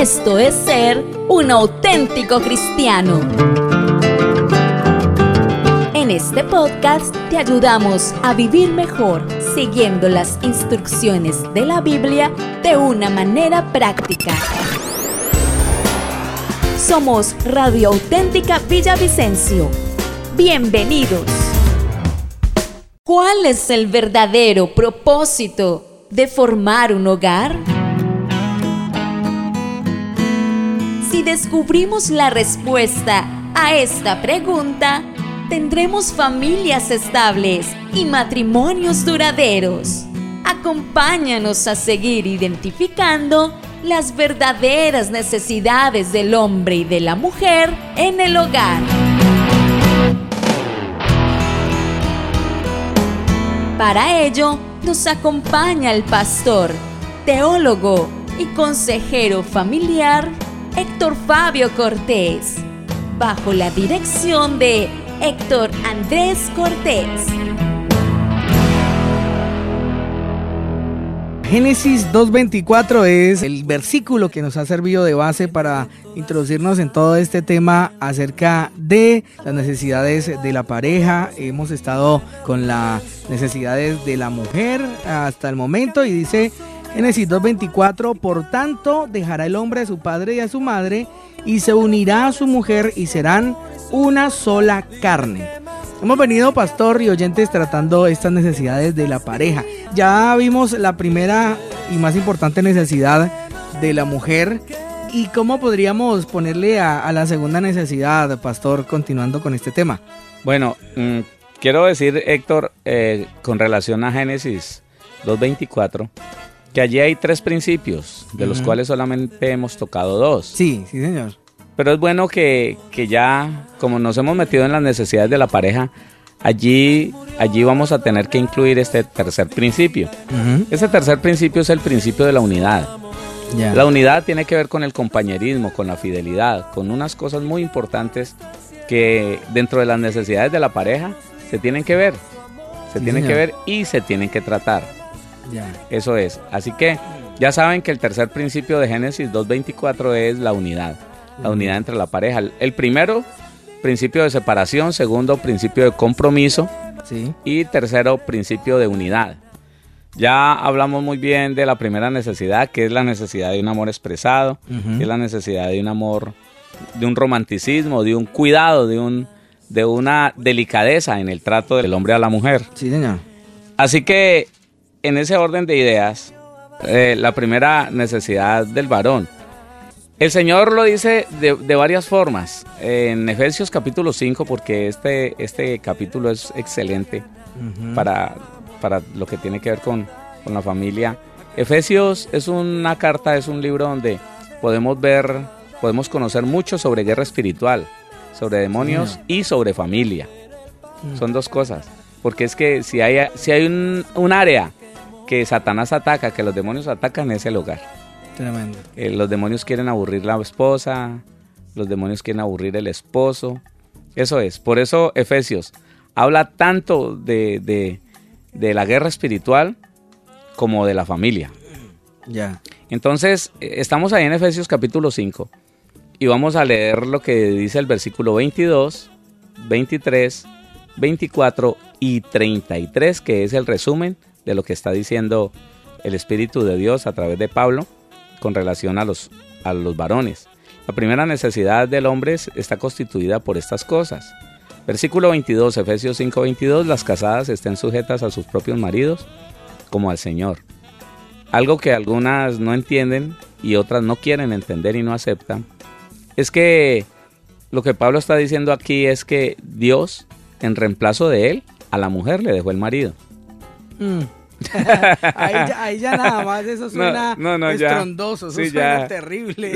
Esto es ser un auténtico cristiano. En este podcast te ayudamos a vivir mejor siguiendo las instrucciones de la Biblia de una manera práctica. Somos Radio Auténtica Villavicencio. Bienvenidos. ¿Cuál es el verdadero propósito de formar un hogar? Si descubrimos la respuesta a esta pregunta, tendremos familias estables y matrimonios duraderos. Acompáñanos a seguir identificando las verdaderas necesidades del hombre y de la mujer en el hogar. Para ello, nos acompaña el pastor, teólogo y consejero familiar Héctor Fabio Cortés, bajo la dirección de Héctor Andrés Cortés. Génesis 2:24 es el versículo que nos ha servido de base para introducirnos en todo este tema acerca de las necesidades de la pareja. Hemos estado con las necesidades de la mujer hasta el momento y dice Génesis 2:24, por tanto dejará el hombre a su padre y a su madre y se unirá a su mujer y serán una sola carne. Hemos venido, pastor y oyentes, tratando estas necesidades de la pareja. Ya vimos la primera y más importante necesidad de la mujer. ¿Y cómo podríamos ponerle a la segunda necesidad, pastor, continuando con este tema? Bueno, quiero decir, Héctor, con relación a Génesis 2:24, que allí hay 3 principios, de los cuales solamente hemos tocado 2. Sí, señor. Pero es bueno que ya, como nos hemos metido en las necesidades de la pareja, allí vamos a tener que incluir este tercer principio. Ese tercer principio es el principio de la unidad. Yeah. La unidad tiene que ver con el compañerismo, con la fidelidad, con unas cosas muy importantes que dentro de las necesidades de la pareja se tienen que ver. Tienen que ver y se tienen que tratar. Yeah. Eso es. Así que ya saben que el tercer principio de Génesis 2:24 es la unidad. La unidad entre la pareja. El primero, principio de separación. Segundo, principio de compromiso. Sí. Y tercero, principio de unidad. Ya hablamos muy bien de la primera necesidad, que es la necesidad de un amor expresado, que es la necesidad de un amor, de un romanticismo, de un cuidado, de una delicadeza en el trato del hombre a la mujer. Sí, señor. Así que, en ese orden de ideas, la primera necesidad del varón. El Señor lo dice de varias formas. En Efesios capítulo 5, porque este capítulo es excelente para lo que tiene que ver con la familia. Efesios es una carta, es un libro donde podemos conocer mucho sobre guerra espiritual, sobre demonios y sobre familia. Son 2 cosas. Porque es que si hay un área que Satanás ataca, que los demonios atacan, es el hogar. Tremendo. Los demonios quieren aburrir la esposa, los demonios quieren aburrir el esposo. Eso es. Por eso Efesios habla tanto de la guerra espiritual como de la familia. Ya. Entonces, estamos ahí en Efesios capítulo 5 y vamos a leer lo que dice el versículo 22, 23, 24 y 33, que es el resumen de lo que está diciendo el Espíritu de Dios a través de Pablo con relación a los varones. La primera necesidad del hombre está constituida por estas cosas. Versículo 22, Efesios 5:22, las casadas estén sujetas a sus propios maridos como al Señor. Algo que algunas no entienden y otras no quieren entender y no aceptan, es que lo que Pablo está diciendo aquí es que Dios, en reemplazo de él, a la mujer le dejó el marido. Ahí ya nada más eso suena estrondoso, eso suena terrible.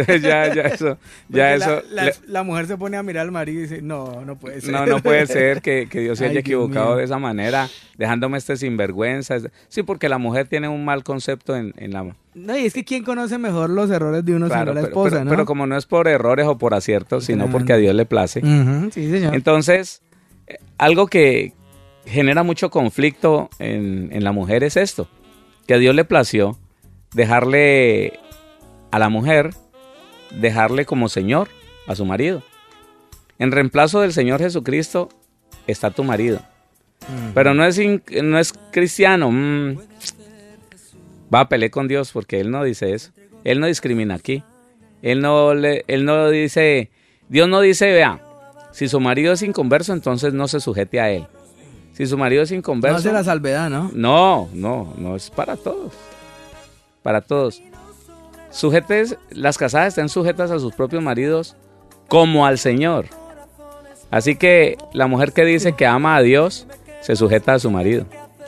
La mujer se pone a mirar al marido y dice, no puede ser. No puede ser que Dios se haya equivocado de esa manera, dejándome sinvergüenza. Sí, porque la mujer tiene un mal concepto en la... No, y es que ¿quién conoce mejor los errores de uno sino la esposa, ¿no? Pero como no es por errores o por aciertos, sino porque a Dios le place. Sí, señor. Entonces, algo que genera mucho conflicto en la mujer es esto, que a Dios le plació dejarle a la mujer dejarle como Señor a su marido. En reemplazo del Señor Jesucristo está tu marido. Pero no es cristiano. Va a pelear con Dios porque Él no dice eso. Él no discrimina aquí. Él no dice, Dios no dice, vea, si su marido es inconverso, entonces no se sujete a él. Si su marido es inconverso... No hace la salvedad, ¿no? No, es para todos. Para todos. Las casadas estén sujetas a sus propios maridos como al Señor. Así que la mujer que dice que ama a Dios, se sujeta a su marido.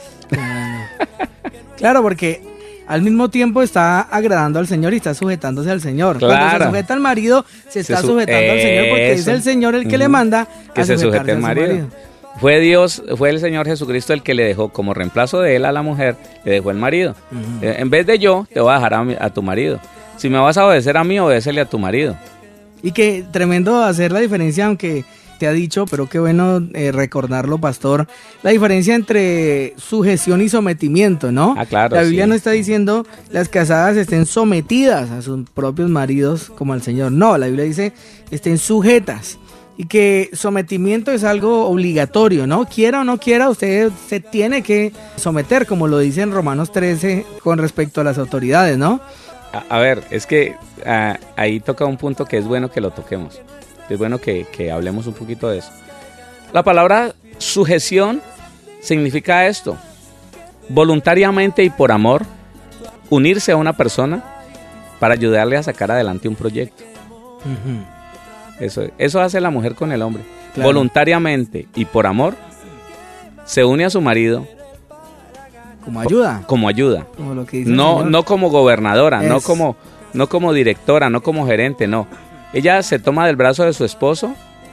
Claro, porque al mismo tiempo está agradando al Señor y está sujetándose al Señor. Claro. Cuando se sujeta al marido, se está sujetando al Señor porque es el Señor el que le manda que se sujete al marido. Fue el Señor Jesucristo el que le dejó como reemplazo de él a la mujer, le dejó el marido. En vez de yo, te voy a dejar a tu marido. Si me vas a obedecer a mí, obedécele a tu marido. Y que tremendo hacer la diferencia, aunque te ha dicho, pero qué bueno recordarlo, pastor, la diferencia entre sujeción y sometimiento, ¿no? Claro. La Biblia no está diciendo las casadas estén sometidas a sus propios maridos como al Señor. No, la Biblia dice estén sujetas. Y que sometimiento es algo obligatorio, ¿no? Quiera o no quiera, usted se tiene que someter, como lo dice en Romanos 13 con respecto a las autoridades, ¿no? A ver, es que ahí toca un punto que es bueno que lo toquemos. Es bueno que hablemos un poquito de eso. La palabra sujeción significa esto: voluntariamente y por amor, unirse a una persona para ayudarle a sacar adelante un proyecto. Eso hace la mujer con el hombre. Claro. Voluntariamente y por amor, se une a su marido. Como ayuda. Como ayuda. Como lo que dice no como gobernadora, no como directora, no como gerente, no. Ella se toma del brazo de su esposo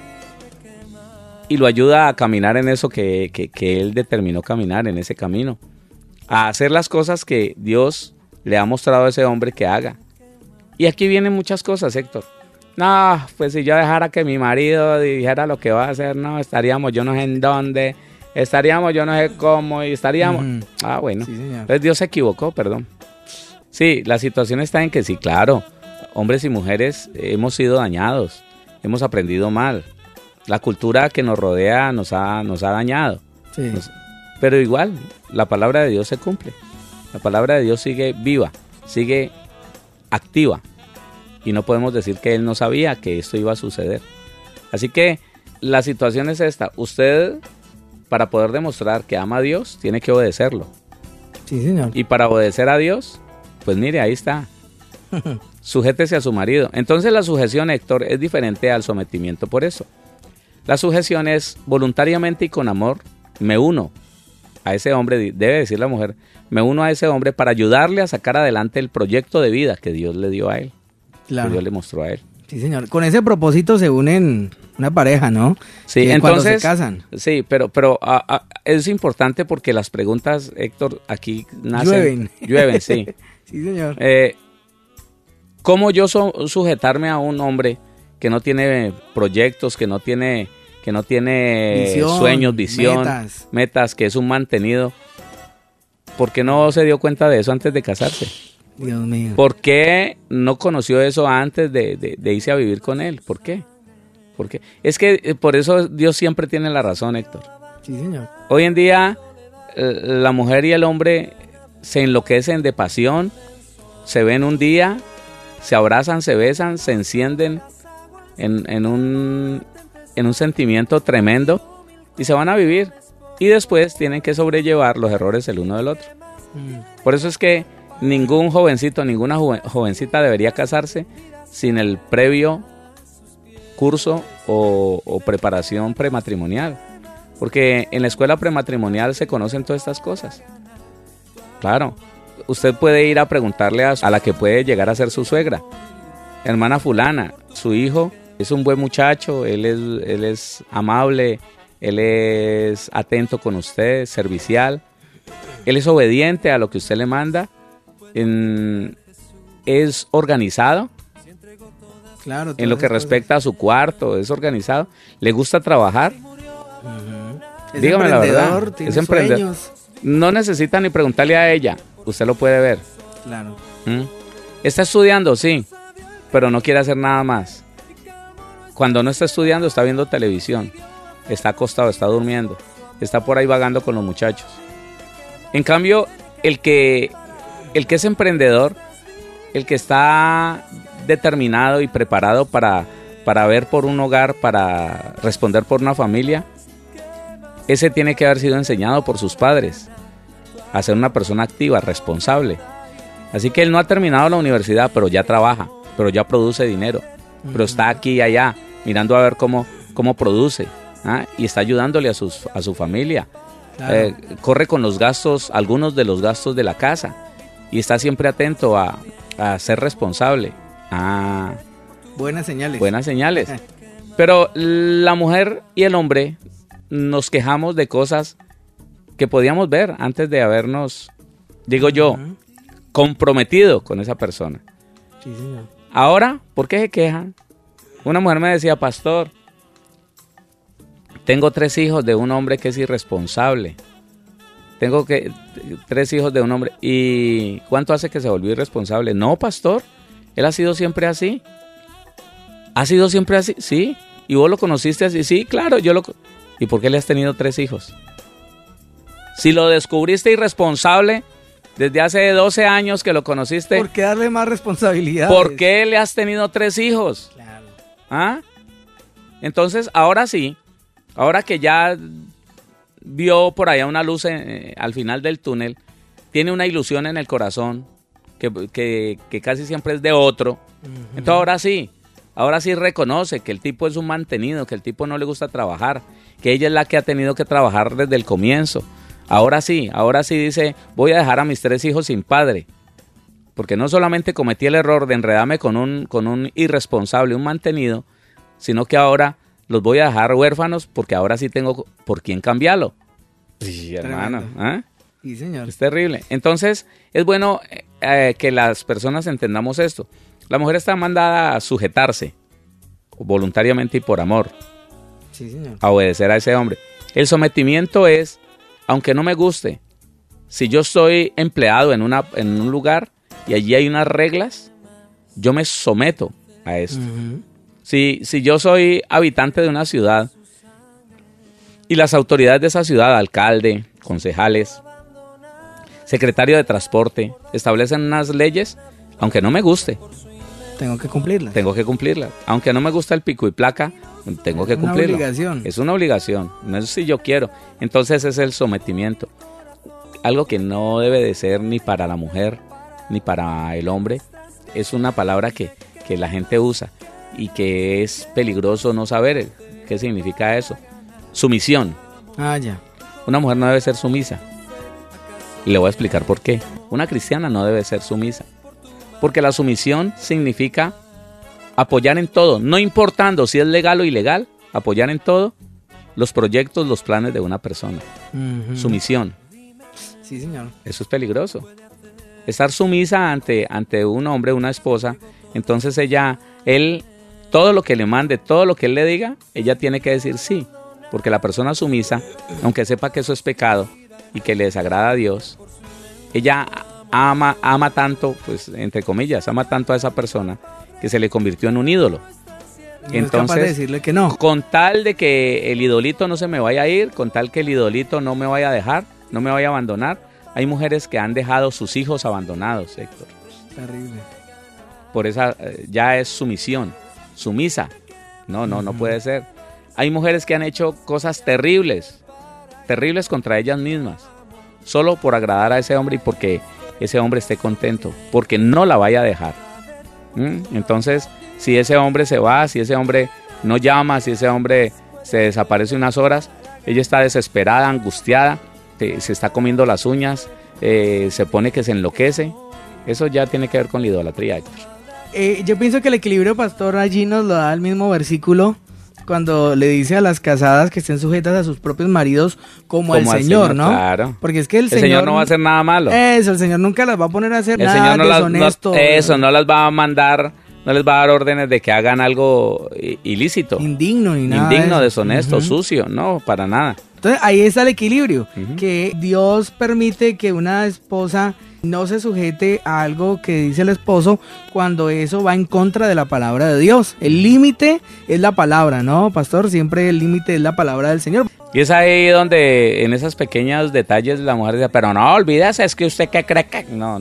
y lo ayuda a caminar en eso que él determinó caminar, en ese camino. A hacer las cosas que Dios le ha mostrado a ese hombre que haga. Y aquí vienen muchas cosas, Héctor. No, pues si yo dejara que mi marido dijera lo que va a hacer, no, estaríamos yo no sé en dónde, estaríamos yo no sé cómo, y estaríamos... Bueno, sí, entonces Dios se equivocó, perdón. Sí, la situación está en que sí, claro, hombres y mujeres hemos sido dañados, hemos aprendido mal, la cultura que nos rodea nos ha dañado. Sí. Pero igual, la palabra de Dios se cumple, la palabra de Dios sigue viva, sigue activa. Y no podemos decir que él no sabía que esto iba a suceder. Así que la situación es esta. Usted, para poder demostrar que ama a Dios, tiene que obedecerlo. Sí, señor. Y para obedecer a Dios, pues mire, ahí está. Sujétese a su marido. Entonces la sujeción, Héctor, es diferente al sometimiento por eso. La sujeción es voluntariamente y con amor. Me uno a ese hombre, debe decir la mujer, me uno a ese hombre para ayudarle a sacar adelante el proyecto de vida que Dios le dio a él. Claro. Que Dios le mostró a él. Sí, señor. Con ese propósito se unen una pareja, ¿no? Sí, que entonces cuando se casan. Sí, pero es importante porque las preguntas, Héctor, aquí nacen. Llueven, sí. Sí, señor. ¿Cómo yo sujetarme a un hombre que no tiene proyectos, que no tiene sueños, visión, metas, que es un mantenido? ¿Por qué no se dio cuenta de eso antes de casarse? Dios mío. ¿Por qué no conoció eso antes de irse a vivir con él? ¿Por qué? Es que por eso Dios siempre tiene la razón, Héctor. Sí, señor. Hoy en día la mujer y el hombre se enloquecen de pasión, se ven un día, se abrazan, se besan, se encienden en un sentimiento tremendo y se van a vivir. Y después tienen que sobrellevar los errores el uno del otro. Por eso es que ningún jovencito, ninguna jovencita debería casarse sin el previo curso o preparación prematrimonial. Porque en la escuela prematrimonial se conocen todas estas cosas. Claro, usted puede ir a preguntarle a la que puede llegar a ser su suegra. Hermana fulana, su hijo es un buen muchacho, él es amable, él es atento con usted, servicial, él es obediente a lo que usted le manda. Es organizado, claro, en lo que respecta a su cuarto, es organizado, le gusta trabajar. Dígame la verdad, es emprendedor. No necesita ni preguntarle a ella, usted lo puede ver. Claro. ¿Está estudiando? Sí, pero no quiere hacer nada más. Cuando no está estudiando, está viendo televisión, está acostado, está durmiendo, está por ahí vagando con los muchachos. En cambio, el que es emprendedor, el que está determinado y preparado para ver por un hogar, para responder por una familia, ese tiene que haber sido enseñado por sus padres a ser una persona activa, responsable. Así que él no ha terminado la universidad, pero ya trabaja, pero ya produce dinero, pero está aquí y allá, mirando a ver cómo produce, ¿ah? Y está ayudándole a su familia. Claro. Corre con los gastos, algunos de los gastos de la casa, y está siempre atento a ser responsable. Buenas señales. Buenas señales. Pero la mujer y el hombre nos quejamos de cosas que podíamos ver antes de habernos, digo yo, comprometido con esa persona. Sí, señor. Ahora, ¿por qué se quejan? Una mujer me decía, pastor, tengo 3 hijos de un hombre que es irresponsable. Tengo 3 hijos de un hombre. ¿Y cuánto hace que se volvió irresponsable? No, pastor, él ha sido siempre así. ¿Ha sido siempre así? Sí. ¿Y vos lo conociste así? Sí, claro, ¿Y por qué le has tenido 3 hijos? Si lo descubriste irresponsable desde hace 12 años que lo conociste, ¿por qué darle más responsabilidad? ¿Por qué le has tenido 3 hijos? Claro. ¿Ah? Entonces, ahora sí, ahora que ya vio por allá una luz al final del túnel, tiene una ilusión en el corazón que casi siempre es de otro. Entonces ahora sí reconoce que el tipo es un mantenido, que el tipo no le gusta trabajar, que ella es la que ha tenido que trabajar desde el comienzo. Ahora sí dice, voy a dejar a mis 3 hijos sin padre, porque no solamente cometí el error de enredarme con un irresponsable, un mantenido, sino que ahora los voy a dejar huérfanos porque ahora sí tengo por quién cambiarlo. Sí, hermano. ¿Eh? Sí, señor. Es terrible. Entonces, es bueno que las personas entendamos esto. La mujer está mandada a sujetarse voluntariamente y por amor. Sí, señor. A obedecer a ese hombre. El sometimiento es, aunque no me guste, si yo estoy empleado en un lugar y allí hay unas reglas, yo me someto a esto. Si yo soy habitante de una ciudad y las autoridades de esa ciudad, alcalde, concejales, secretario de transporte, establecen unas leyes, aunque no me guste, tengo que cumplirlas. Aunque no me gusta el pico y placa, tengo que cumplirlo. Es una obligación, no es si yo quiero. Entonces es el sometimiento. Algo que no debe de ser ni para la mujer ni para el hombre. Es una palabra que la gente usa y que es peligroso no saber qué significa eso. Sumisión. Ya. Una mujer no debe ser sumisa. Y le voy a explicar por qué. Una cristiana no debe ser sumisa. Porque la sumisión significa apoyar en todo, no importando si es legal o ilegal, apoyar en todo los proyectos, los planes de una persona. Sumisión. Sí, señor. Eso es peligroso. Estar sumisa ante un hombre, una esposa, entonces él, todo lo que le mande, todo lo que él le diga, ella tiene que decir sí. Porque la persona sumisa, aunque sepa que eso es pecado y que le desagrada a Dios, ella ama tanto, pues entre comillas, ama tanto a esa persona que se le convirtió en un ídolo. No entonces, es capaz de decirle que no. Con tal de que el idolito no se me vaya a ir, con tal que el idolito no me vaya a dejar, no me vaya a abandonar, hay mujeres que han dejado sus hijos abandonados, Héctor. Terrible. Por esa ya es sumisión, sumisa. No puede ser. Hay mujeres que han hecho cosas terribles contra ellas mismas, solo por agradar a ese hombre y porque ese hombre esté contento, porque no la vaya a dejar. Entonces, si ese hombre se va, si ese hombre no llama, si ese hombre se desaparece unas horas, ella está desesperada, angustiada, se está comiendo las uñas, se pone que se enloquece. Eso ya tiene que ver con la idolatría, Héctor. Yo pienso que el equilibrio, pastor, allí nos lo da el mismo versículo cuando le dice a las casadas que estén sujetas a sus propios maridos como al Señor, ¿no? Claro. Porque es que el Señor no va a hacer nada malo. Eso, el Señor nunca las va a poner a hacer el nada Señor deshonesto. No las va a mandar, no les va a dar órdenes de que hagan algo ilícito. Indigno ni nada. Indigno, deshonesto, sucio, no, para nada. Entonces ahí está el equilibrio, que Dios permite que una esposa no se sujete a algo que dice el esposo cuando eso va en contra de la palabra de Dios. El límite es la palabra, ¿no, pastor? Siempre el límite es la palabra del Señor. Y es ahí donde en esos pequeños detalles la mujer dice, pero no, olvídese, es que usted qué cree que... No,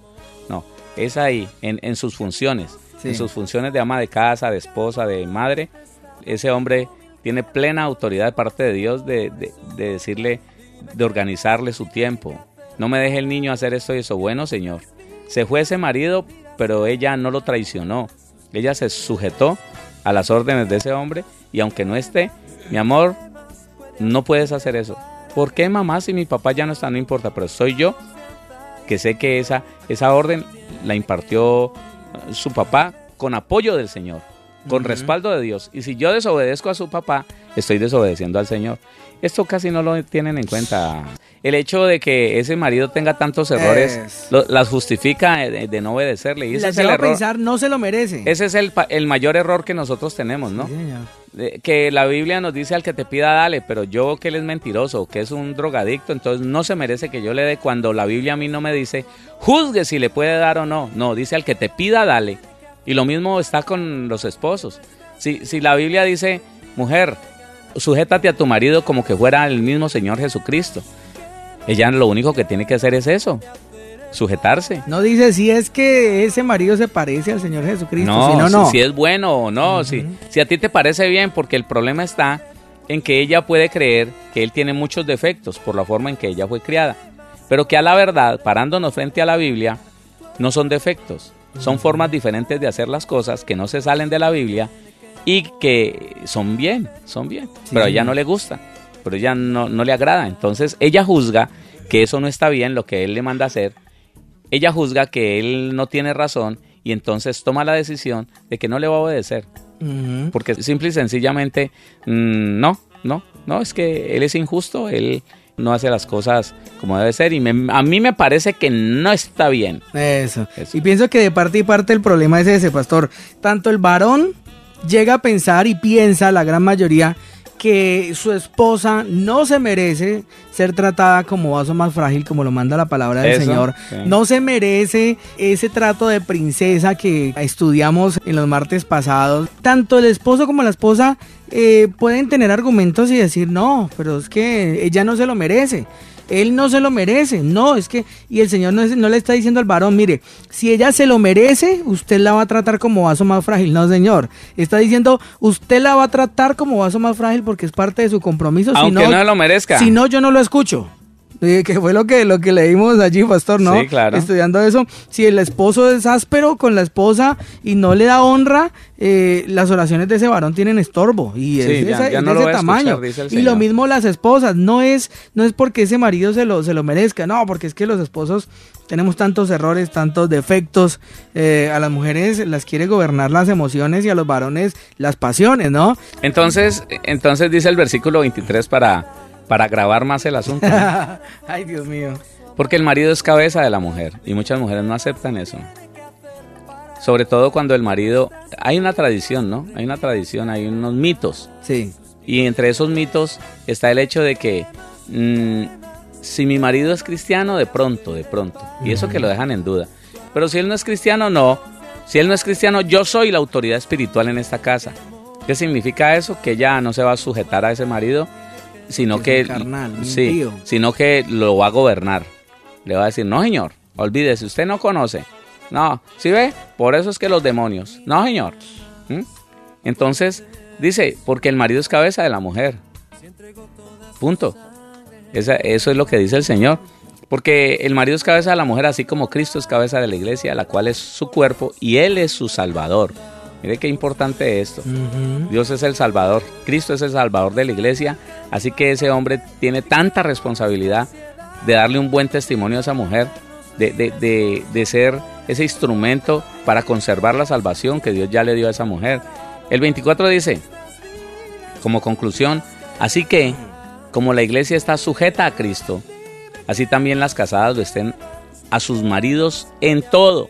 es ahí, en sus funciones, en sus funciones de ama de casa, de esposa, de madre. Ese hombre tiene plena autoridad de parte de Dios de decirle, de organizarle su tiempo. No me deje el niño hacer esto y eso. Bueno, Señor, se fue ese marido, pero ella no lo traicionó. Ella se sujetó a las órdenes de ese hombre y aunque no esté, mi amor, no puedes hacer eso. ¿Por qué, mamá? Si mi papá ya no está, no importa, pero soy yo que sé que esa orden la impartió su papá con apoyo del Señor, con respaldo de Dios. Y si yo desobedezco a su papá, estoy desobedeciendo al Señor. Esto casi no lo tienen en cuenta. El hecho de que ese marido tenga tantos errores las justifica de no obedecerle. Y ese es el error. Pensar, no se lo merece. Ese es el mayor error que nosotros tenemos, ¿no? Sí, que la Biblia nos dice al que te pida dale, pero yo que él es mentiroso, que es un drogadicto, entonces no se merece que yo le dé, cuando la Biblia a mí no me dice juzgue si le puede dar o no. No, dice al que te pida dale. Y lo mismo está con los esposos. Si la Biblia dice, mujer, sujétate a tu marido como que fuera el mismo Señor Jesucristo. Ella lo único que tiene que hacer es eso, sujetarse. No dice si es que ese marido se parece al Señor Jesucristo. No, si es bueno o no, si a ti te parece bien, porque el problema está en que ella puede creer que él tiene muchos defectos por la forma en que ella fue criada, pero que a la verdad, parándonos frente a la Biblia, no son defectos, son formas diferentes de hacer las cosas que no se salen de la Biblia y que son bien, pero a ella no le gusta, pero a ella no le agrada. Entonces ella juzga que eso no está bien, lo que él le manda hacer. Ella juzga que él no tiene razón y entonces toma la decisión de que no le va a obedecer. Porque simple y sencillamente, no, es que él es injusto, él no hace las cosas como debe ser y a mí me parece que no está bien. Eso. Y pienso que de parte y parte el problema es ese, pastor. Tanto el varón llega a pensar y piensa, la gran mayoría, que su esposa no se merece ser tratada como vaso más frágil, como lo manda la palabra del Señor. Sí. No se merece ese trato de princesa que estudiamos en los martes pasados. Tanto el esposo como la esposa pueden tener argumentos y decir, no, pero es que ella no se lo merece. Él no se lo merece, no, es que, y el Señor no le está diciendo al varón, mire, si ella se lo merece, usted la va a tratar como vaso más frágil, no, Señor, está diciendo, usted la va a tratar como vaso más frágil porque es parte de su compromiso, aunque no se lo merezca. Si no, yo no lo escucho. Que fue lo que leímos allí, pastor, ¿no? Sí, claro. Estudiando eso, si el esposo es áspero con la esposa y no le da honra, las oraciones de ese varón tienen estorbo y es de ese tamaño. Y lo mismo las esposas, no es porque ese marido se lo merezca, no, porque es que los esposos tenemos tantos errores, tantos defectos, a las mujeres las quiere gobernar las emociones y a los varones las pasiones, ¿no? Entonces dice el versículo 23 para agravar más el asunto, ¿no? Ay, Dios mío. Porque el marido es cabeza de la mujer y muchas mujeres no aceptan eso. Sobre todo cuando el marido... Hay una tradición, ¿no? Hay unos mitos. Sí. Y entre esos mitos está el hecho de que si mi marido es cristiano, de pronto. Y eso que lo dejan en duda. Pero si él no es cristiano, no. Si él no es cristiano, yo soy la autoridad espiritual en esta casa. ¿Qué significa eso? Que ella no se va a sujetar a ese marido, sino que lo va a gobernar. Le va a decir, no, señor, olvídese, usted no conoce. No, ¿sí ve? Por eso es que los demonios. No, señor. Entonces, dice, porque el marido es cabeza de la mujer. Punto. Eso es lo que dice el Señor. Porque el marido es cabeza de la mujer, así como Cristo es cabeza de la iglesia, la cual es su cuerpo y Él es su Salvador. Mire qué importante esto. Dios es el Salvador, Cristo es el Salvador de la iglesia, así que ese hombre tiene tanta responsabilidad de darle un buen testimonio a esa mujer, de ser ese instrumento para conservar la salvación que Dios ya le dio a esa mujer. El 24 dice, como conclusión, así que, como la iglesia está sujeta a Cristo, así también las casadas lo estén a sus maridos en todo.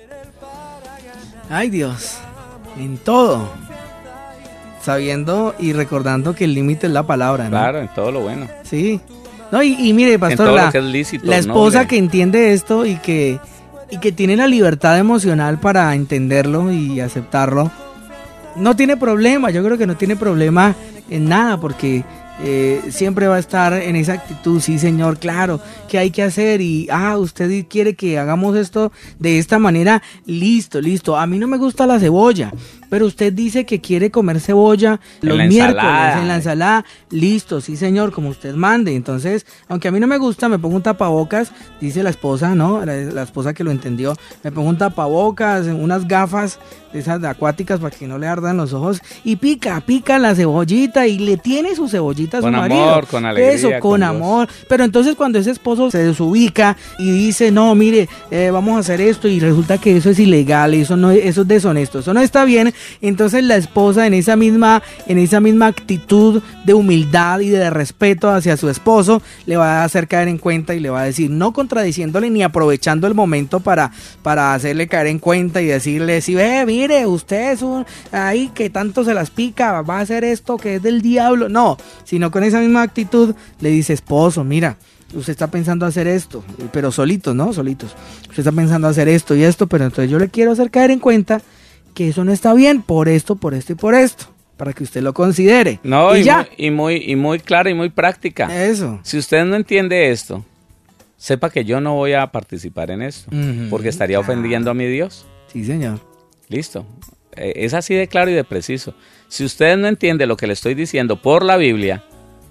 Ay, Dios. En todo, sabiendo y recordando que el límite es la palabra, ¿no? Claro, en todo lo bueno. Sí, No, y mire, pastor, en todo lo que es lícito, la esposa noble, que entiende esto y que tiene la libertad emocional para entenderlo y aceptarlo, no tiene problema. Yo creo que no tiene problema en nada, porque siempre va a estar en esa actitud. Sí, señor, claro, ¿qué hay que hacer? Y usted quiere que hagamos esto de esta manera, listo. A mí no me gusta la cebolla, pero usted dice que quiere comer cebolla los miércoles en la ensalada, listo, sí, señor, como usted mande. Entonces, aunque a mí no me gusta, me pongo un tapabocas, dice la esposa, ¿no? La esposa que lo entendió, me pongo un tapabocas, unas gafas de esas acuáticas para que no le ardan los ojos, y pica la cebollita, y le tiene su cebollita a su marido. Con amor, con alegría. Eso, con amor. Pero entonces cuando ese esposo se desubica y dice, no, mire, vamos a hacer esto, y resulta que eso es ilegal, eso es deshonesto, eso no está bien, entonces la esposa en esa misma actitud de humildad y de respeto hacia su esposo, le va a hacer caer en cuenta y le va a decir, no contradiciéndole ni aprovechando el momento para hacerle caer en cuenta y decirle, sí, mire, usted es ahí que tanto se las pica, va a hacer esto que es del diablo. No, sino con esa misma actitud le dice, esposo, mira, usted está pensando hacer esto, pero solitos, ¿no? Solitos. Usted está pensando hacer esto y esto, pero entonces yo le quiero hacer caer en cuenta que eso no está bien por esto, para que usted lo considere. No, y muy clara y muy práctica. Eso. Si usted no entiende esto, sepa que yo no voy a participar en esto, porque estaría ofendiendo a mi Dios. Sí, señor. Listo. Es así de claro y de preciso. Si usted no entiende lo que le estoy diciendo por la Biblia,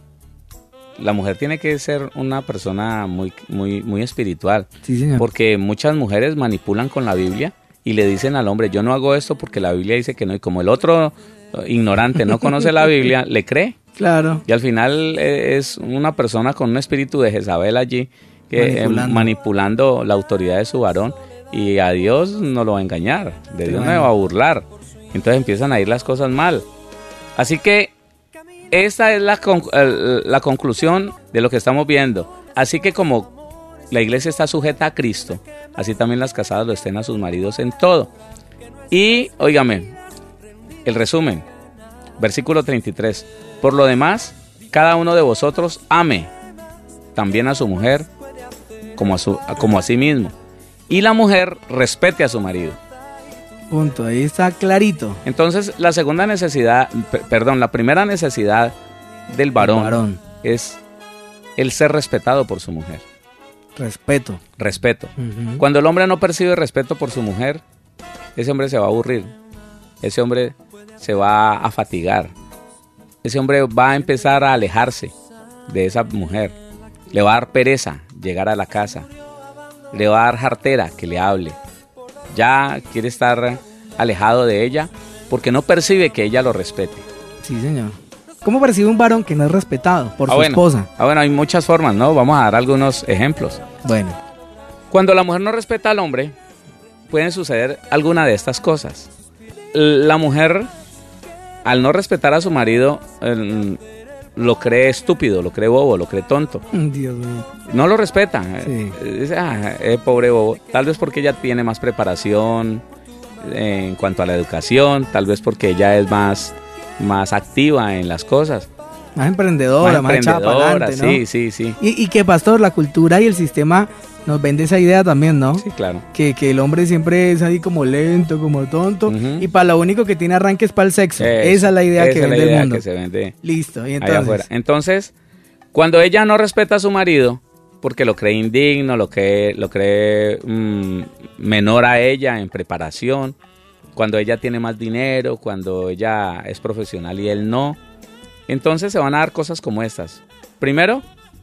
la mujer tiene que ser una persona muy espiritual. Sí, señor. Porque muchas mujeres manipulan con la Biblia y le dicen al hombre, yo no hago esto porque la Biblia dice que no. Y como el otro ignorante no conoce la Biblia, le cree. Claro. Y al final es una persona con un espíritu de Jezabel allí, manipulando la autoridad de su varón. Y a Dios no lo va a engañar, de Dios no va a burlar. Entonces empiezan a ir las cosas mal. Así que esta es la conclusión de lo que estamos viendo. Así que como la iglesia está sujeta a Cristo, así también las casadas lo estén a sus maridos en todo. Y, óigame, el resumen, versículo 33. Por lo demás, cada uno de vosotros ame también a su mujer como a sí mismo. Y la mujer respete a su marido. Punto, ahí está clarito. Entonces, la primera necesidad del varón es el ser respetado por su mujer. Respeto. Uh-huh. Cuando el hombre no percibe respeto por su mujer, ese hombre se va a aburrir. Ese hombre se va a fatigar. Ese hombre va a empezar a alejarse de esa mujer. Le va a dar pereza llegar a la casa. Le va a dar jartera que le hable. Ya quiere estar alejado de ella porque no percibe que ella lo respete. Sí, señor. ¿Cómo percibe un varón que no es respetado por su esposa? Bueno, hay muchas formas, ¿no? Vamos a dar algunos ejemplos. Bueno. Cuando la mujer no respeta al hombre, pueden suceder alguna de estas cosas. La mujer, al no respetar a su marido, lo cree estúpido, lo cree bobo, lo cree tonto. Dios mío. No lo respeta. Sí. Dice, pobre bobo. Tal vez porque ella tiene más preparación en cuanto a la educación, tal vez porque ella es más activa en las cosas. Más emprendedora, más echada para adelante, ¿no? Sí. Y que, pastor, la cultura y el sistema nos vende esa idea también, ¿no? Sí, claro. Que el hombre siempre es ahí como lento, como tonto, Uh-huh. y para lo único que tiene arranque es para el sexo. Esa es la idea que vende el mundo. Que se vende. Listo, y allá afuera. Entonces, cuando ella no respeta a su marido, porque lo cree indigno, lo cree menor a ella en preparación, cuando ella tiene más dinero, cuando ella es profesional y él no, entonces se van a dar cosas como estas. Primero,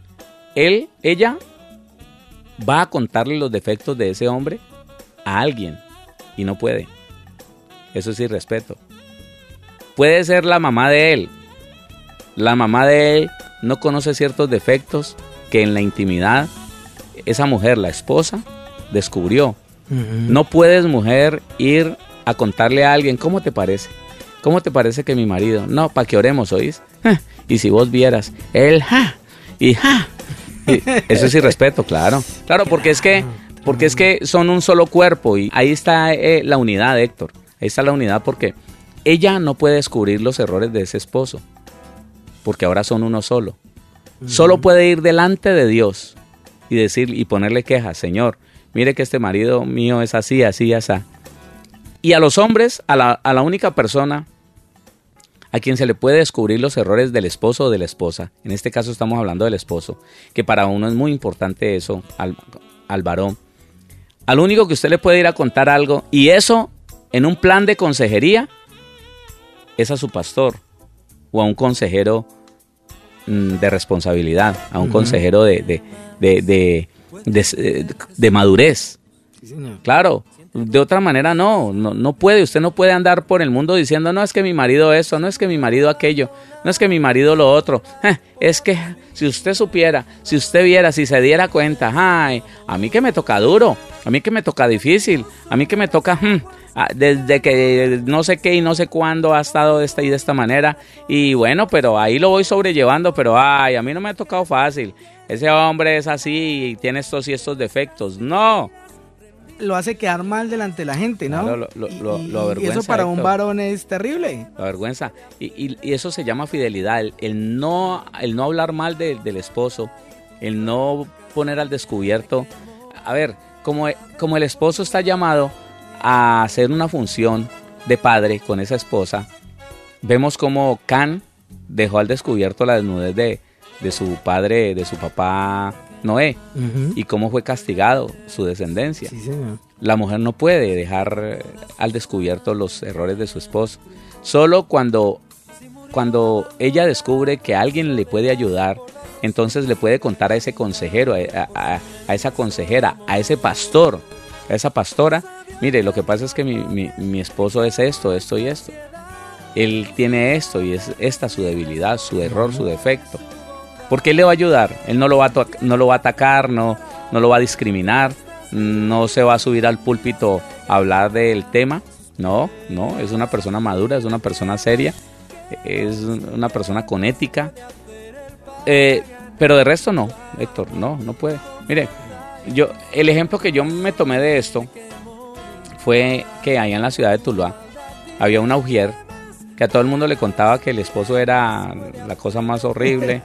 ella va a contarle los defectos de ese hombre a alguien y no puede. Eso es irrespeto. Puede ser la mamá de él. La mamá de él no conoce ciertos defectos que en la intimidad esa mujer, la esposa, descubrió. Uh-huh. No puedes, mujer, ir a contarle a alguien, ¿cómo te parece? ¿Cómo te parece que mi marido? No, para que oremos, ¿oís? Y si vos vieras, él, y eso es irrespeto, claro. Claro, porque es que son un solo cuerpo y ahí está la unidad, Héctor. Ahí está la unidad porque ella no puede descubrir los errores de ese esposo, porque ahora son uno solo. Solo puede ir delante de Dios y decir y ponerle quejas. Señor, mire que este marido mío es así, así, así. Y a los hombres, a la única persona a quien se le puede descubrir los errores del esposo o de la esposa, en este caso estamos hablando del esposo, que para uno es muy importante eso, al varón. Al único que usted le puede ir a contar algo, y eso en un plan de consejería, es a su pastor o a un consejero de responsabilidad, a un consejero de madurez. Sí, señor. Claro, de otra manera no puede, usted no puede andar por el mundo diciendo, no es que mi marido esto, no es que mi marido aquello, no es que mi marido lo otro. Es que si usted supiera, si usted viera, si se diera cuenta, ay, a mí que me toca duro, a mí que me toca difícil, a mí que me toca desde que no sé qué y no sé cuándo ha estado de esta y de esta manera, y bueno, pero ahí lo voy sobrellevando, pero ay, a mí no me ha tocado fácil, ese hombre es así y tiene estos y estos defectos. No, lo hace quedar mal delante de la gente, ¿no? Claro, lo avergüenza. Y eso para un Héctor. varón es terrible. La vergüenza. Y eso se llama fidelidad. El no hablar mal del esposo, el no poner al descubierto. A ver, como el esposo está llamado a hacer una función de padre con esa esposa, vemos como Can dejó al descubierto la desnudez de su padre, de su papá Noé, y cómo fue castigado su descendencia. Sí, señor. La mujer no puede dejar al descubierto los errores de su esposo. Solo cuando ella descubre que alguien le puede ayudar, entonces le puede contar a ese consejero, a esa consejera, a ese pastor, a esa pastora, mire, lo que pasa es que mi esposo es esto, esto y esto. Él tiene esto y es esta su debilidad, su error, su defecto. Porque él le va a ayudar, él no lo va a atacar, no lo va a discriminar, no se va a subir al púlpito a hablar del tema, no, es una persona madura, es una persona seria, es una persona con ética, pero de resto no, Héctor, no puede. Mire, el ejemplo que yo me tomé de esto fue que allá en la ciudad de Tuluá había una ujier que a todo el mundo le contaba que el esposo era la cosa más horrible,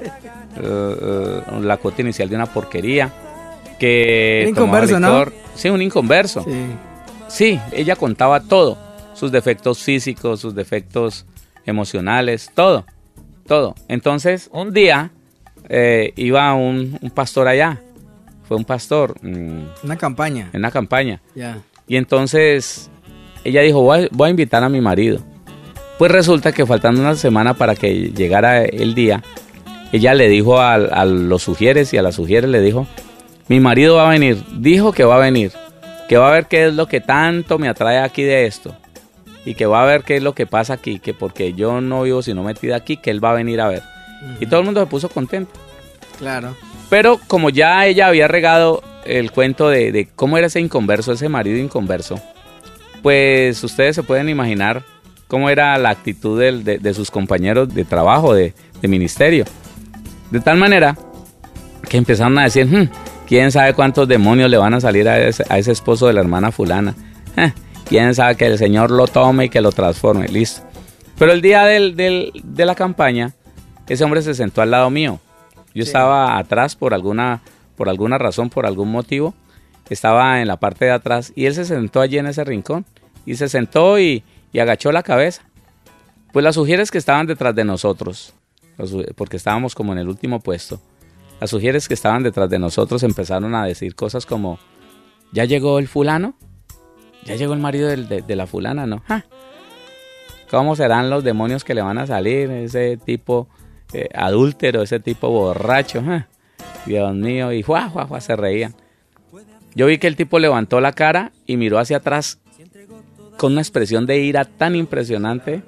la cuota inicial de una porquería, que un inconverso, tomaba licor. ¿no? Sí, un inconverso. Sí, ella contaba todo, sus defectos físicos, sus defectos emocionales, todo. Entonces, un día iba un pastor allá, fue un pastor. Una campaña. En una campaña. Ya. Y entonces ella dijo, voy a invitar a mi marido. Pues resulta que faltando una semana para que llegara el día, ella le dijo a los sugieres y a las sugieres le dijo, mi marido va a venir, dijo que va a venir, que va a ver qué es lo que tanto me atrae aquí de esto, y que va a ver qué es lo que pasa aquí, que porque yo no vivo sino metida aquí, que él va a venir a ver. Y todo el mundo se puso contento. Claro. Pero como ya ella había regado el cuento de cómo era ese inconverso, ese marido inconverso, pues ustedes se pueden imaginar cómo era la actitud de sus compañeros de trabajo, de ministerio. De tal manera que empezaron a decir, quién sabe cuántos demonios le van a salir a ese esposo de la hermana fulana. Quién sabe que el Señor lo tome y que lo transforme, listo. Pero el día de la campaña, ese hombre se sentó al lado mío. Yo estaba atrás por alguna razón, por algún motivo. Estaba en la parte de atrás y él se sentó allí en ese rincón. Y se sentó y agachó la cabeza. Pues las sugieres que estaban detrás de nosotros, porque estábamos como en el último puesto, las sugieres que estaban detrás de nosotros empezaron a decir cosas como, ¿ya llegó el fulano? ¿Ya llegó el marido de la fulana? ¿No? ¿Cómo serán los demonios que le van a salir? Ese tipo adúltero, ese tipo borracho. Dios mío, y se reían. Yo vi que el tipo levantó la cara y miró hacia atrás con una expresión de ira tan impresionante,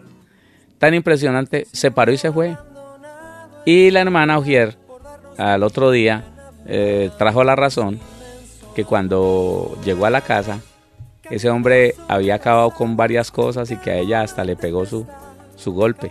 se paró y se fue. Y la hermana Ujier, al otro día, trajo la razón que cuando llegó a la casa, ese hombre había acabado con varias cosas y que a ella hasta le pegó su golpe.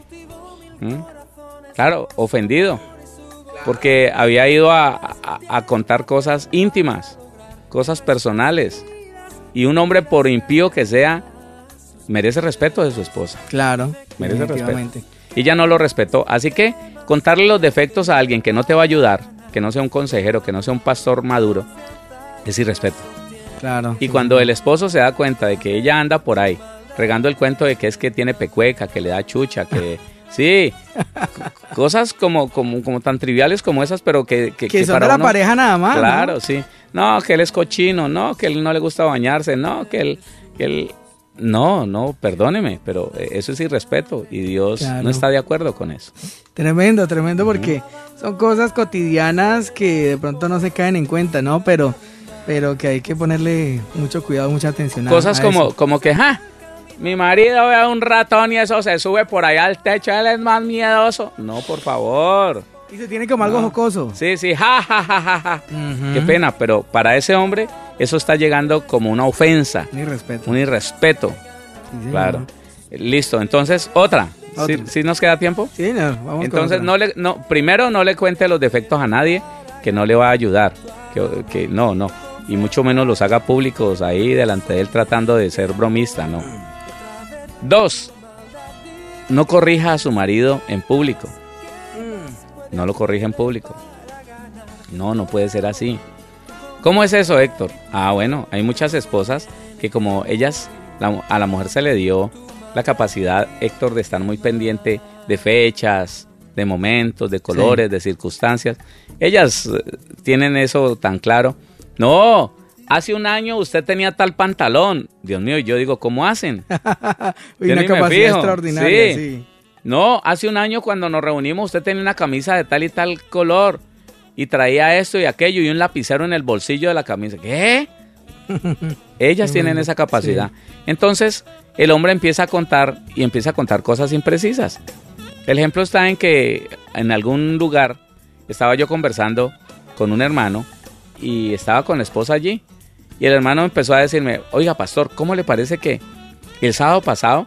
Claro, ofendido, porque había ido a contar cosas íntimas, cosas personales. Y un hombre, por impío que sea, merece respeto de su esposa. Claro, merece respeto. Y ella no lo respetó. Así que contarle los defectos a alguien que no te va a ayudar, que no sea un consejero, que no sea un pastor maduro, es irrespeto. Claro. Y cuando el esposo se da cuenta de que ella anda por ahí regando el cuento de que es que tiene pecueca, que le da chucha, que sí, cosas como tan triviales como esas, pero que son para de la uno, pareja nada más. claro, ¿no? Sí. No, que él es cochino, no, que él no le gusta bañarse, no, que él no, perdóneme, pero eso es irrespeto y Dios Claro. no está de acuerdo con eso. Tremendo, porque son cosas cotidianas que de pronto no se caen en cuenta, ¿no? Pero que hay que ponerle mucho cuidado, mucha atención Cosas a eso. como que, mi marido ve a un ratón y eso se sube por allá al techo, él es más miedoso. No, por favor. Y se tiene como algo jocoso. Sí, ja, ja, ja, ja, ja. Ujú. Qué pena, pero para ese hombre eso está llegando como una ofensa, Un irrespeto. un irrespeto. Sí, señor. Claro. Listo, entonces otra. ¿Sí nos queda tiempo? Sí, no, vamos Entonces con otra. primero no le cuente los defectos a nadie, que no le va a ayudar, que no, y mucho menos los haga públicos ahí delante de él tratando de ser bromista, no. 2, no corrija a su marido en público. No lo corrija en público. No puede ser así. ¿Cómo es eso, Héctor? Bueno, hay muchas esposas que como a la mujer se le dio la capacidad, Héctor, de estar muy pendiente de fechas, de momentos, de colores, de circunstancias. Ellas tienen eso tan claro. No, hace un año usted tenía tal pantalón. Dios mío, yo digo, ¿cómo hacen? Uy, Yo una ni me capacidad fijo. extraordinaria, Sí. sí. No, hace un año cuando nos reunimos usted tenía una camisa de tal y tal color y traía esto y aquello y un lapicero en el bolsillo de la camisa. ¿Qué? Ellas tienen esa capacidad. Sí. Entonces el hombre empieza a contar cosas imprecisas. El ejemplo está en que en algún lugar estaba yo conversando con un hermano y estaba con la esposa allí y el hermano empezó a decirme, oiga pastor, ¿cómo le parece que el sábado pasado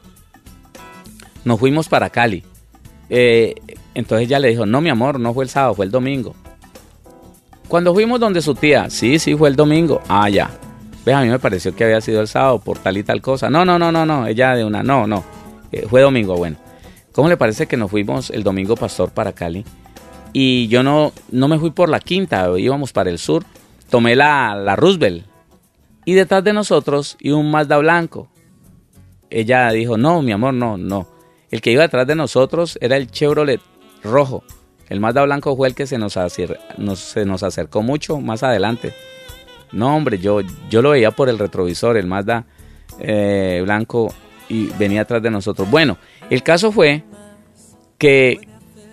nos fuimos para Cali? Entonces ella le dijo, no mi amor, no fue el sábado, fue el domingo. Cuando fuimos donde su tía, sí, fue el domingo. Ya. A mí me pareció que había sido el sábado por tal y tal cosa. No, ella de una, no, fue domingo, bueno. ¿Cómo le parece que nos fuimos el domingo, pastor, para Cali? Y yo no me fui por la quinta, íbamos para el sur, tomé la Roosevelt. Y detrás de nosotros iba un Mazda blanco. Ella dijo, no, mi amor, no. El que iba detrás de nosotros era el Chevrolet rojo. El Mazda blanco fue el que se nos acercó mucho más adelante. No, hombre, yo lo veía por el retrovisor, el Mazda blanco, y venía atrás de nosotros. Bueno, el caso fue que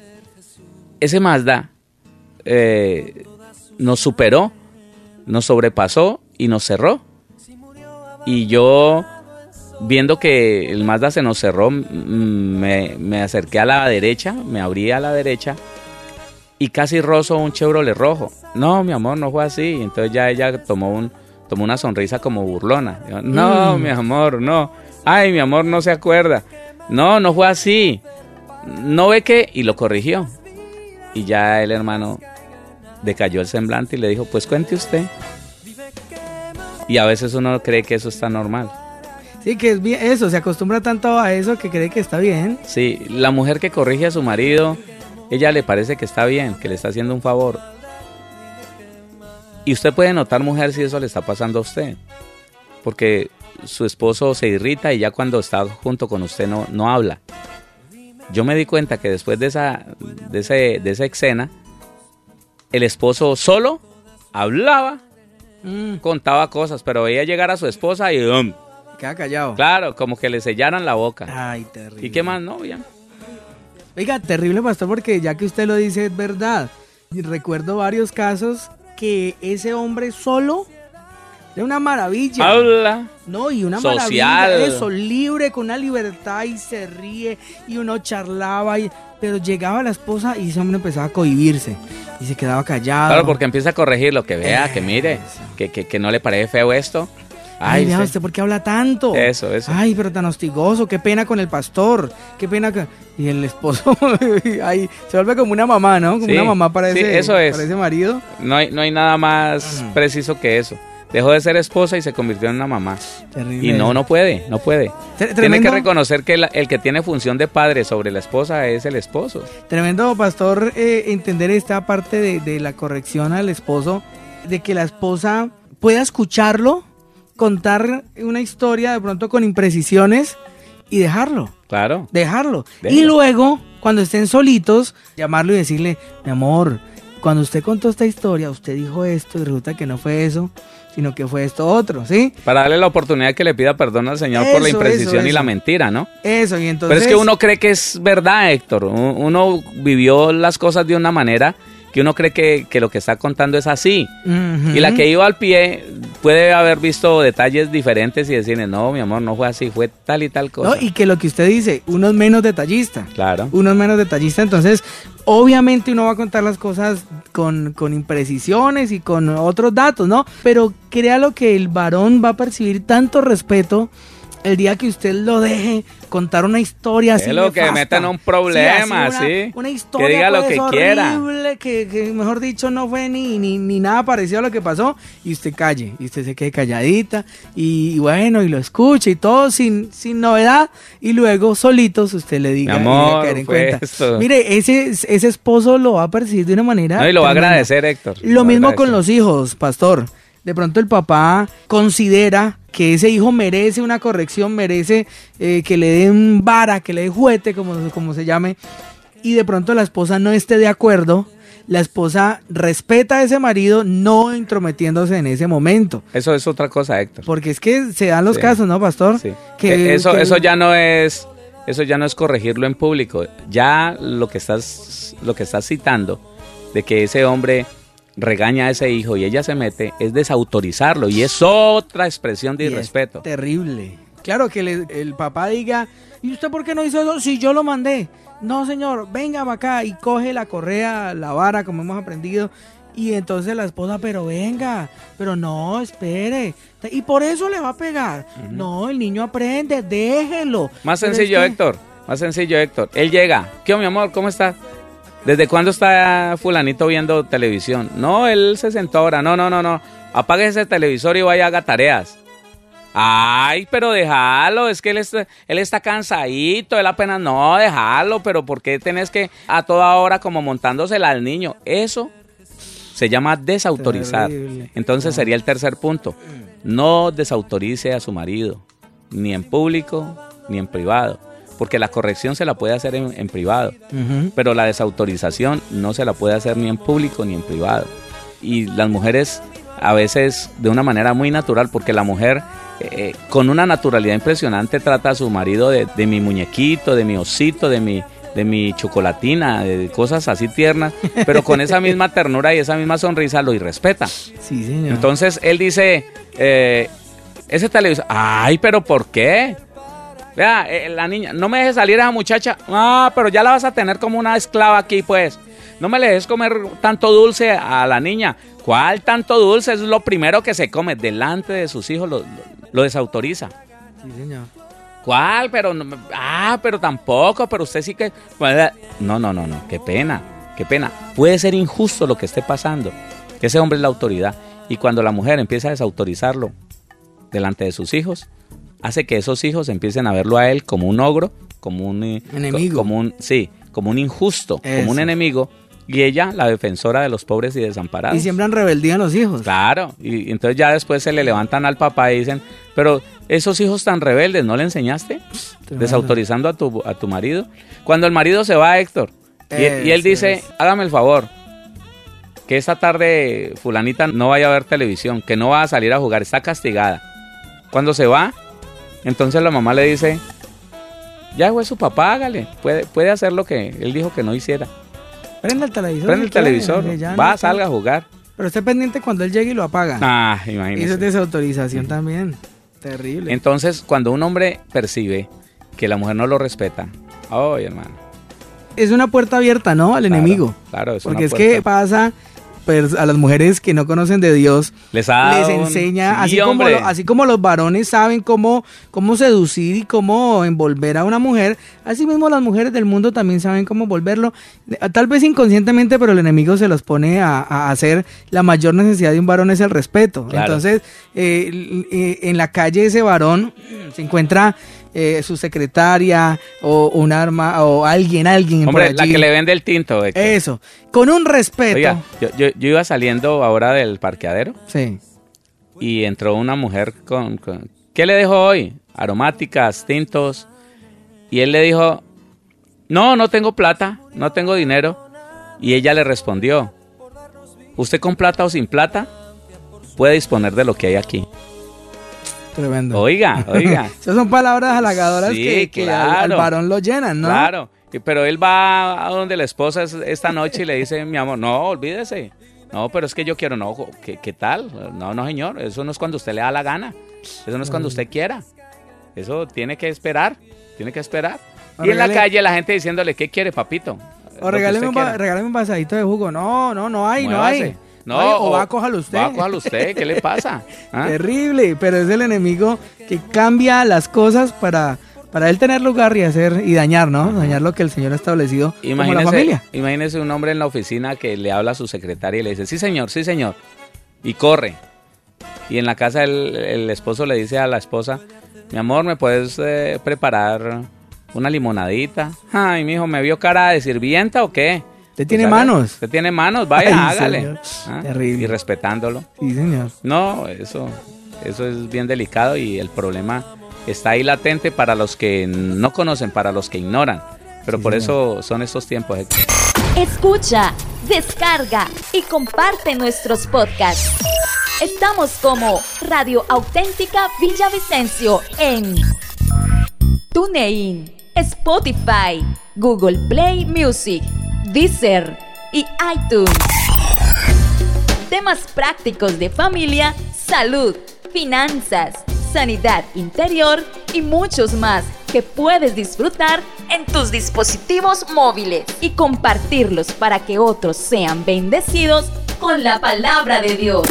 ese Mazda nos superó, nos sobrepasó y nos cerró. Y yo, viendo que el Mazda se nos cerró, me acerqué a la derecha, me abrí a la derecha y casi rozo un Chevrolet rojo. No, mi amor, no fue así. Entonces ya ella tomó una sonrisa como burlona. Yo, no, mi amor, no. Ay, mi amor, no se acuerda. No fue así. ¿No ve qué? Y lo corrigió. Y ya el hermano decayó el semblante y le dijo, pues cuente usted. Y a veces uno cree que eso está normal. Sí, que es bien, eso, se acostumbra tanto a eso que cree que está bien. Sí, la mujer que corrige a su marido, ella le parece que está bien, que le está haciendo un favor. Y usted puede notar, mujer, si eso le está pasando a usted. Porque su esposo se irrita y ya cuando está junto con usted no habla. Yo me di cuenta que después de esa escena, el esposo solo hablaba, contaba cosas, pero veía llegar a su esposa y queda callado. Claro, como que le sellaran la boca. Ay, terrible. ¿Y qué más? No, ya. Oiga, terrible, pastor, porque ya que usted lo dice es verdad. Recuerdo varios casos que ese hombre solo era una maravilla. Habla. No, y una social. maravilla. Eso, libre, con una libertad y se ríe y uno charlaba. Pero llegaba la esposa y ese hombre empezaba a cohibirse y se quedaba callado. Claro, porque empieza a corregir lo que vea, que mire, que no le parece feo esto. Ay, vea usted, ¿por qué habla tanto? Eso. Ay, pero tan hostigoso, qué pena con el pastor, qué pena. Y el esposo, ahí se vuelve como una mamá, ¿no? Como una mamá para ese marido. No hay nada más preciso que eso. Dejó de ser esposa y se convirtió en una mamá. Terrible. Y no puede. Tiene Tremendo. que reconocer que el que tiene función de padre sobre la esposa es el esposo. Tremendo, pastor, entender esta parte de la corrección al esposo, de que la esposa pueda escucharlo, contar una historia de pronto con imprecisiones y dejarlo. Claro. Dejarlo. Déjalo. Y luego, cuando estén solitos, llamarlo y decirle, mi amor, cuando usted contó esta historia, usted dijo esto y resulta que no fue eso, sino que fue esto otro, ¿sí? Para darle la oportunidad que le pida perdón al Señor por la imprecisión y la mentira, ¿no? Eso, y entonces... Pero es que uno cree que es verdad, Héctor. Uno vivió las cosas de una manera que uno cree que lo que está contando es así. Ujú. Y la que iba al pie puede haber visto detalles diferentes y decirle, no, mi amor, no fue así, fue tal y tal cosa. No, y que lo que usted dice, uno es menos detallista. Claro. Uno es menos detallista, entonces obviamente uno va a contar las cosas con imprecisiones y con otros datos, ¿no? Pero créalo que el varón va a percibir tanto respeto el día que usted lo deje contar una historia así Es lo que nefasta. meta en un problema, así sí. Una historia Que diga lo que quiera. horrible, que mejor dicho no fue ni nada parecido a lo que pasó, y usted calle, y usted se quede calladita, y bueno, y lo escuche, y todo sin novedad, y luego solitos usted le diga, Mi amor, y le caer en fue cuenta. esto. Mire, ese esposo lo va a percibir de una manera No, y lo va a tremenda. agradecer, Héctor. Lo mismo con los hijos, pastor. De pronto el papá considera que ese hijo merece una corrección, merece que le den vara, que le den juguete, como se llame, y de pronto la esposa no esté de acuerdo. La esposa respeta a ese marido no intrometiéndose en ese momento. Eso es otra cosa, Héctor. Porque es que se dan los Sí. casos, ¿no, pastor? Sí. Que Eso ya no es corregirlo en público. Ya lo que estás citando de que ese hombre regaña a ese hijo y ella se mete es desautorizarlo, y es otra expresión de y es irrespeto. terrible. Claro que el papá diga, ¿y usted por qué no hizo eso? Si yo lo mandé. No, señor, venga para acá, y coge la correa, la vara, como hemos aprendido. Y entonces la esposa, pero venga, pero no, espere. Y por eso le va a pegar. Ujú. No, el niño aprende, déjelo. Más Pero sencillo, es que- Héctor. Más sencillo, Héctor. Él llega. ¿Qué, mi amor? ¿Cómo está? ¿Desde cuándo está fulanito viendo televisión? No, él se sentó ahora. No. Apague ese televisor y vaya a haga tareas. Ay, pero déjalo. Es que él está cansadito. Él apenas... No, déjalo. Pero ¿por qué tenés que a toda hora como montándosela al niño? Eso se llama desautorizar. Terrible. Entonces sería el tercer punto. No desautorice a su marido. Ni en público, ni en privado. Porque la corrección se la puede hacer en privado, Ujú. pero la desautorización no se la puede hacer ni en público ni en privado. Y las mujeres a veces de una manera muy natural, porque la mujer con una naturalidad impresionante trata a su marido de mi muñequito, de mi osito, de mi chocolatina, de cosas así tiernas, pero con esa misma ternura y esa misma sonrisa lo irrespeta. Sí, señor. Entonces él dice, ese televisor, ay, pero ¿por qué? Vea, la niña, no me dejes salir a esa muchacha. Ah, pero ya la vas a tener como una esclava aquí, pues. No me le dejes comer tanto dulce a la niña. ¿Cuál tanto dulce? Es lo primero que se come. Delante de sus hijos lo desautoriza. Sí, señor. ¿Cuál? Pero no, pero tampoco, pero usted sí que... No, qué pena. Puede ser injusto lo que esté pasando. Ese hombre es la autoridad. Y cuando la mujer empieza a desautorizarlo delante de sus hijos, hace que esos hijos empiecen a verlo a él como un ogro, como un enemigo, como un injusto, Eso. como un enemigo, y ella la defensora de los pobres y desamparados. Y siembran rebeldía en los hijos. Claro, y entonces ya después se le levantan al papá y dicen, pero esos hijos tan rebeldes, ¿no le enseñaste? Tremendo. Desautorizando a tu marido. Cuando el marido se va, Héctor, y él Eso dice, es. hágame el favor, que esta tarde fulanita no vaya a ver televisión, que no va a salir a jugar, está castigada. Cuando se va, entonces la mamá le dice, ya fue su papá, hágale, puede hacer lo que él dijo que no hiciera. Prende el televisor. Prende el si quiere, televisor, que ya va, no salga a jugar. Pero esté pendiente cuando él llegue y lo apaga. Ah, Eso imagínese. es desautorización también. Terrible. Entonces, cuando un hombre percibe que la mujer no lo respeta, ay, hermano. Es una puerta abierta, ¿no? Al Claro, enemigo. Claro, es Porque una es que puerta. pasa a las mujeres que no conocen de Dios, les enseña, sí, así como los varones saben cómo seducir y cómo envolver a una mujer, así mismo las mujeres del mundo también saben cómo volverlo, tal vez inconscientemente, pero el enemigo se los pone a hacer. La mayor necesidad de un varón es el respeto. Claro. Entonces, en la calle ese varón se encuentra su secretaria o un arma o alguien Hombre, por allí. La que le vende el tinto. Eso, con un respeto. Oiga, yo iba saliendo ahora del parqueadero. Sí. Y entró una mujer con ¿qué le dejó hoy? Aromáticas, tintos. Y él le dijo, no tengo plata, no tengo dinero. Y ella le respondió, usted con plata o sin plata puede disponer de lo que hay aquí. Tremendo. Oiga. Esas son palabras halagadoras, sí, que claro, al varón lo llenan, ¿no? Claro, pero él va a donde la esposa esta noche y le dice, mi amor, no, olvídese. No, pero es que yo quiero, no, ¿qué tal? No, señor, eso no es cuando usted le da la gana. Eso no es cuando usted quiera. Eso tiene que esperar. Y en la calle la gente diciéndole, ¿qué quiere, papito? O regáleme un vasadito de jugo. No hay. No, o cójalo usted. ¿Qué le pasa? ¿Ah? Terrible, pero es el enemigo que cambia las cosas para él tener lugar y dañar, ¿no? Dañar lo que el Señor ha establecido como la familia. Imagínese un hombre en la oficina que le habla a su secretaria y le dice, sí señor, y corre. Y en la casa el esposo le dice a la esposa, mi amor, ¿me puedes preparar una limonadita? Ay, mijo, ¿me vio cara de sirvienta o qué? ¿Usted tiene manos? Usted tiene manos, vaya, hágale. Terrible. Y respetándolo. Sí, señor. No, eso es bien delicado y el problema está ahí latente para los que no conocen, para los que ignoran. Pero sí, por eso son estos tiempos. Escucha, descarga y comparte nuestros podcasts. Estamos como Radio Auténtica Villavicencio en TuneIn, Spotify, Google Play Music, Deezer y iTunes. Temas prácticos de familia, salud, finanzas, sanidad interior y muchos más que puedes disfrutar en tus dispositivos móviles y compartirlos para que otros sean bendecidos con la palabra de Dios.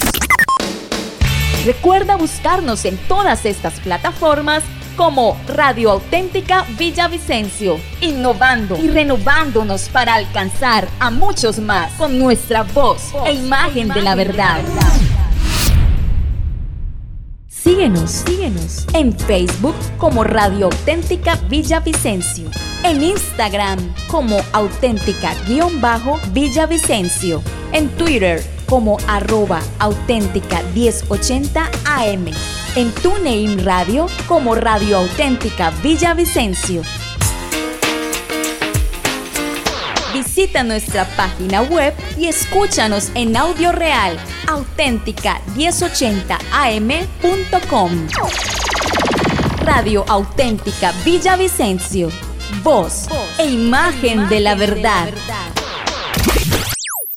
Recuerda buscarnos en todas estas plataformas como Radio Auténtica Villavicencio, innovando y renovándonos para alcanzar a muchos más con nuestra voz e imagen de la verdad. Síguenos en Facebook como Radio Auténtica Villavicencio, en Instagram como auténtica_Villavicencio, en Twitter como @auténtica1080am, en TuneIn Radio como Radio Auténtica Villavicencio. Visita nuestra página web y escúchanos en audio real, auténtica1080am.com. Radio Auténtica Villavicencio, voz e imagen de la verdad.